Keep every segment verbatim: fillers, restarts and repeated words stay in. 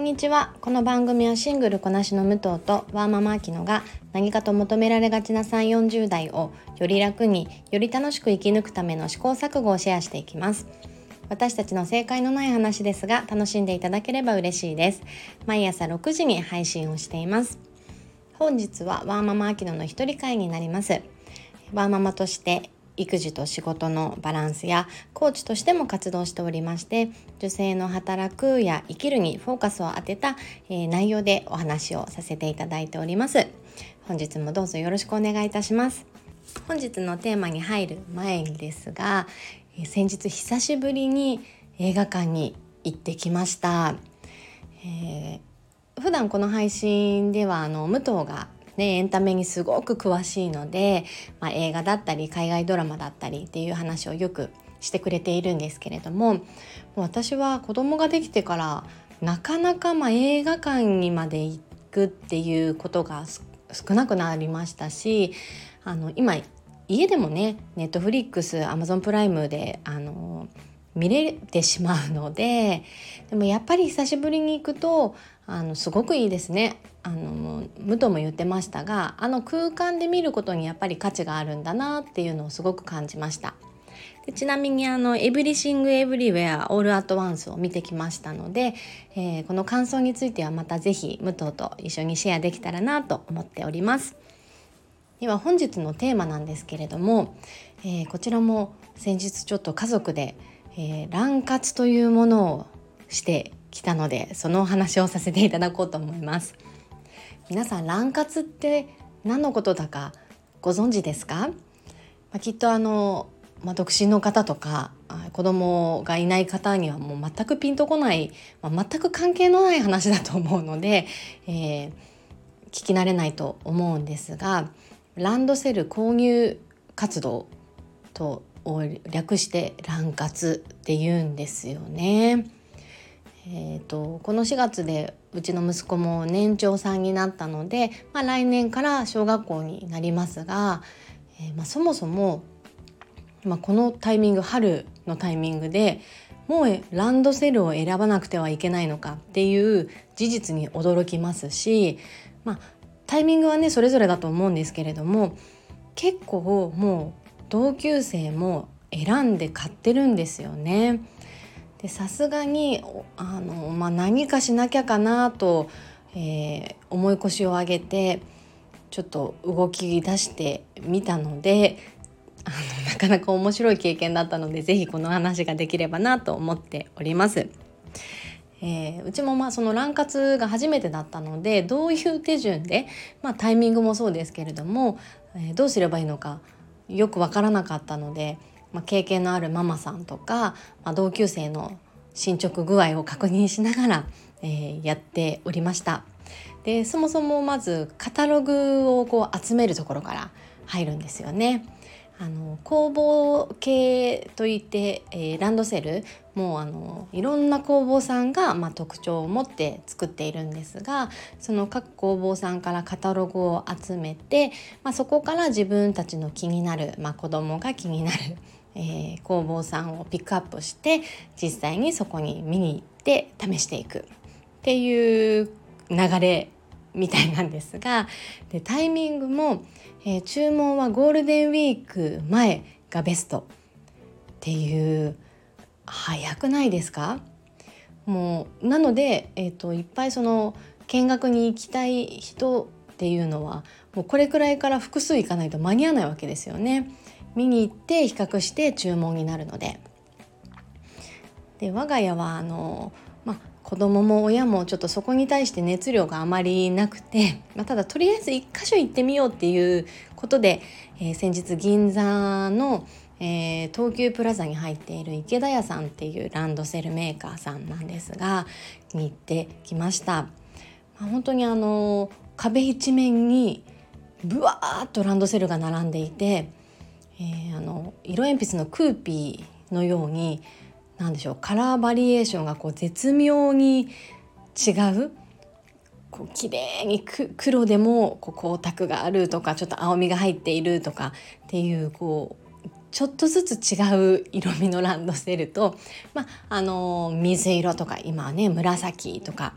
にちは。この番組はシングルこなしの武藤とワーママアキノが何かと求められがちなさんじゅう、よんじゅう代をより楽により楽しく生き抜くための試行錯誤をシェアしていきます。私たちの正解のない話ですが楽しんでいただければ嬉しいです。毎朝ろくじに配信をしています。本日はワーママアキノの一人会になります。ワーママとして育児と仕事のバランスやコーチとしても活動しておりまして、女性の働くや生きるにフォーカスを当てた、えー、内容でお話をさせていただいております。本日もどうぞよろしくお願いいたします。本日のテーマに入る前にですが、えー、先日久しぶりに映画館に行ってきました。えー、普段この配信ではあの武藤がね、エンタメにすごく詳しいので、まあ、映画だったり海外ドラマだったりっていう話をよくしてくれているんですけれども、もう私は子供ができてからなかなかまあ映画館にまで行くっていうことが少なくなりましたし、あの今家でもね、ネットフリックス、アマゾンプライムであの見れてしまうので、でもやっぱり久しぶりに行くとあのすごくいいですね。あの武藤も言ってましたが、あの空間で見ることにやっぱり価値があるんだなっていうのをすごく感じました。でちなみにあのエブリシングエブリウェアオールアットワンスを見てきましたので、えー、この感想についてはまたぜひ武藤と一緒にシェアできたらなと思っております。では本日のテーマなんですけれども、えー、こちらも先日ちょっと家族で、えー、卵活というものをしてきたので、そのお話をさせていただこうと思います。皆さん卵活って何のことだかご存知ですか？まあ、きっとあの、まあ、独身の方とか子供がいない方にはもう全くピンとこない、まあ、全く関係のない話だと思うので、えー、聞き慣れないと思うんですが、ランドセル購入活動とを略して卵活って言うんですよね。えーと、このしがつでうちの息子も年長さんになったので、まあ、来年から小学校になりますが、えーまあ、そもそも、まあ、このタイミング、春のタイミングでもうランドセルを選ばなくてはいけないのかっていう事実に驚きますし、まあ、タイミングはねそれぞれだと思うんですけれども、結構もう同級生も選んで買ってるんですよね。でさすがにあの、まあ、何かしなきゃかなと、えー、重い腰を上げてちょっと動き出してみたので、あのなかなか面白い経験だったので、ぜひこの話ができればなと思っております。えー、うちもまあその卵活が初めてだったので、どういう手順で、まあ、タイミングもそうですけれども、えー、どうすればいいのかよくわからなかったので、まあ、経験のあるママさんとか、まあ、同級生の進捗具合を確認しながら、えー、やっておりました。でそもそもまずカタログをこう集めるところから入るんですよね。あの工房系といって、えー、ランドセルもうあのいろんな工房さんが、まあ、特徴を持って作っているんですが、その各工房さんからカタログを集めて、まあ、そこから自分たちの気になる、まあ、子供が気になる、えー、工房さんをピックアップして実際にそこに見に行って試していくっていう流れみたいなんですが、でタイミングも、えー、注文はゴールデンウィーク前がベストっていう、早くないですか？もうなので、えーと、いっぱいその見学に行きたい人っていうのはもうこれくらいから複数行かないと間に合わないわけですよね。見に行って比較して注文になるので。で我が家はあの、まあ、子供も親もちょっとそこに対して熱量があまりなくて、まあ、ただとりあえず一箇所行ってみようっていうことで、えー、先日銀座の、えー、東急プラザに入っている池田屋さんっていうランドセルメーカーさんなんですがに行ってきました。まあ、本当にあの壁一面にブワーッとランドセルが並んでいて、えー、あの色鉛筆のクーピーのようになんでしょう、カラーバリエーションがこう絶妙に違う、こう綺麗にく黒でもこう光沢があるとか、ちょっと青みが入っているとかっていう、こうちょっとずつ違う色味のランドセルと、まあ、あの水色とか今はね紫とか、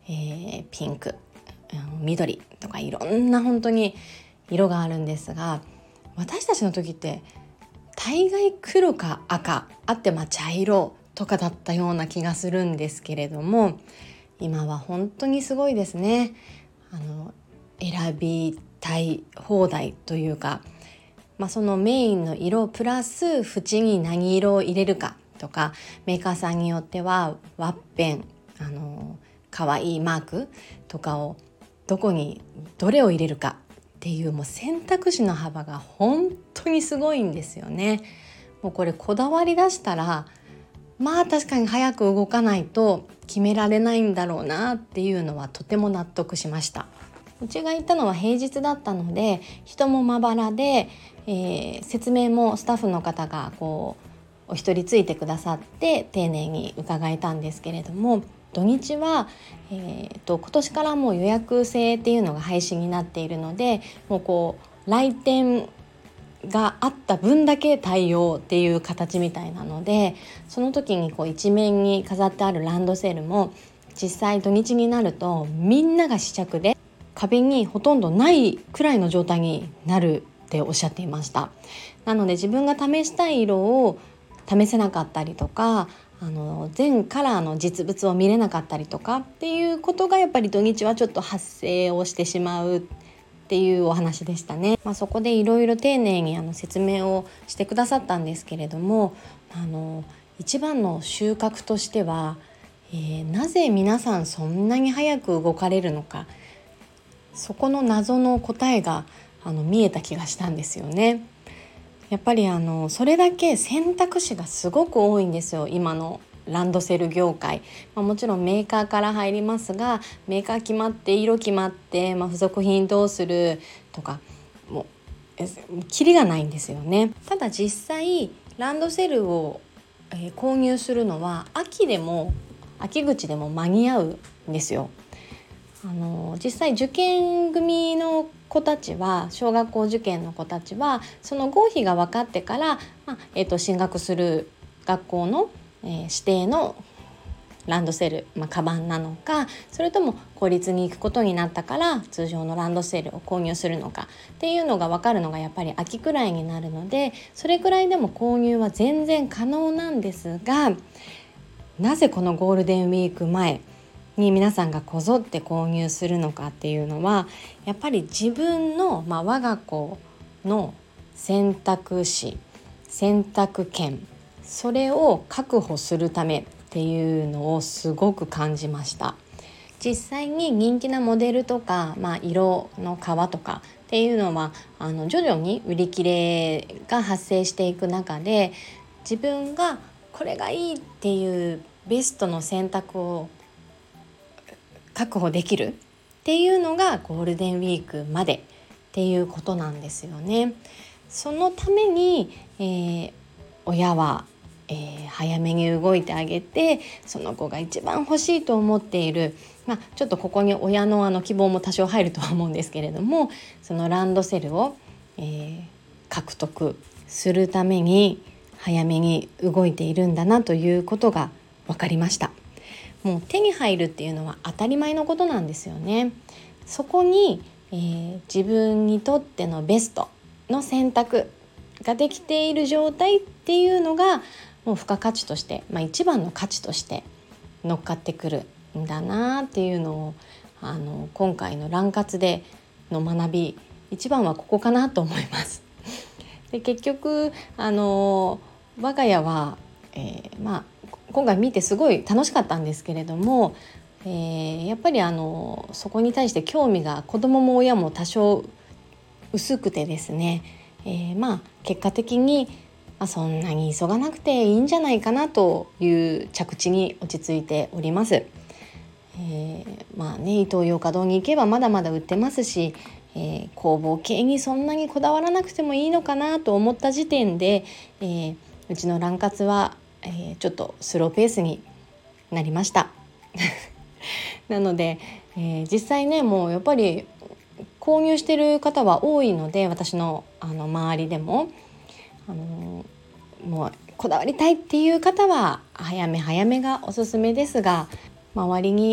えー、ピンク、緑とかいろんな本当に色があるんですが、私たちの時って大概黒か赤あってまあ茶色とかだったような気がするんですけれども、今は本当にすごいですね。あの選びたい放題というか、まあ、そのメインの色プラス縁に何色を入れるかとか、メーカーさんによってはワッペン、あのかわいいマークとかをどこにどれを入れるかっていう、もう選択肢の幅が本当にすごいんですよね。もうこれこだわり出したら、まあ確かに早く動かないと決められないんだろうなっていうのはとても納得しました。うちが行ったのは平日だったので人もまばらで、えー、説明もスタッフの方がこうお一人ついてくださって丁寧に伺えたんですけれども、土日は、えー、と今年からもう予約制っていうのが廃止になっているので、もうこう来店があった分だけ対応っていう形みたいなので、その時にこう一面に飾ってあるランドセルも実際土日になるとみんなが試着で壁にほとんどないくらいの状態になるっておっしゃっていました。なので自分が試したい色を試せなかったりとか、あの全カラーの実物を見れなかったりとかっていうことがやっぱり土日はちょっと発生をしてしまうっていうお話でしたね。まあ、そこでいろいろ丁寧にあの説明をしてくださったんですけれども、あの一番の収穫としては、えー、なぜ皆さんそんなに早く動かれるのか、そこの謎の答えがあの見えた気がしたんですよね。やっぱりあのそれだけ選択肢がすごく多いんですよ、今のランドセル業界。まあ、もちろんメーカーから入りますが、メーカー決まって色決まって、まあ、付属品どうするとかもうキリがないんですよね。ただ実際ランドセルを、えー、購入するのは秋でも秋口でも間に合うんですよ。あの実際受験組の子たちは、小学校受験の子たちはその合否が分かってから、まあえー、と進学する学校の、えー、指定のランドセル、まあ、カバンなのか、それとも公立に行くことになったから通常のランドセルを購入するのかっていうのが分かるのがやっぱり秋くらいになるので、それくらいでも購入は全然可能なんですが、なぜこのゴールデンウィーク前に皆さんがこぞって購入するのかっていうのは、やっぱり自分の、まあ、我が子の選択肢、選択権、それを確保するためっていうのをすごく感じました。実際に人気なモデルとか、まあ、色の革とかっていうのはあの徐々に売り切れが発生していく中で、自分がこれがいいっていうベストの選択を確保できるっていうのがゴールデンウィークまでっていうことなんですよね。そのために、えー、親は、えー、早めに動いてあげて、その子が一番欲しいと思っている、まあ、ちょっとここに親のあの希望も多少入るとは思うんですけれども、そのランドセルを、えー、獲得するために早めに動いているんだなということが分かりました。もう手に入るっていうのは当たり前のことなんですよね。そこに、えー、自分にとってのベストの選択ができている状態っていうのがもう付加価値として、まあ、一番の価値として乗っかってくるんだなっていうのを、あの今回のラン活での学び、一番はここかなと思います。で結局あの我が家は、えー、まあ今回見てすごい楽しかったんですけれども、えー、やっぱりあのそこに対して興味が子供も親も多少薄くてですね、えー、まあ結果的に、まあ、そんなに急がなくていいんじゃないかなという着地に落ち着いております。えー、まあね、イトーヨーカドーに行けばまだまだ売ってますし、えー、工房系にそんなにこだわらなくてもいいのかなと思った時点で、えー、うちのラン活はえー、ちょっとスローペースになりましたなので、えー、実際ねもうやっぱり購入してる方は多いので、私の、あの周りでも、あのー、もうこだわりたいっていう方は早め早めがおすすめですが、周りに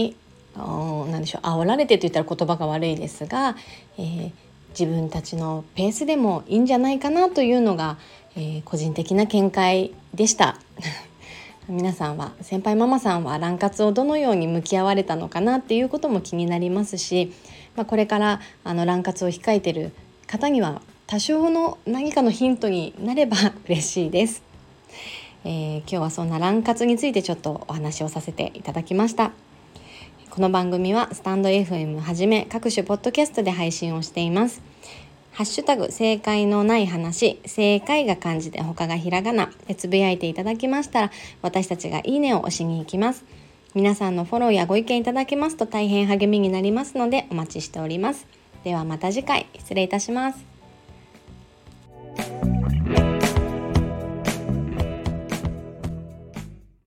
なんでしょう煽られてと言ったら言葉が悪いですが、えー、自分たちのペースでもいいんじゃないかなというのが、えー、個人的な見解でした皆さんは先輩ママさんは卵活をどのように向き合われたのかなっていうことも気になりますし、まあ、これからあの卵活を控えている方には多少の何かのヒントになれば嬉しいです、えー、今日はそんな卵活についてちょっとお話をさせていただきました。この番組はスタンド エフエム はじめ各種ポッドキャストで配信をしています。ハッシュタグ正解のない話、正解が漢字で他がひらがなでつぶやいていただきましたら、私たちがいいねを押しに行きます。皆さんのフォローやご意見いただけますと大変励みになりますのでお待ちしております。ではまた次回、失礼いたします。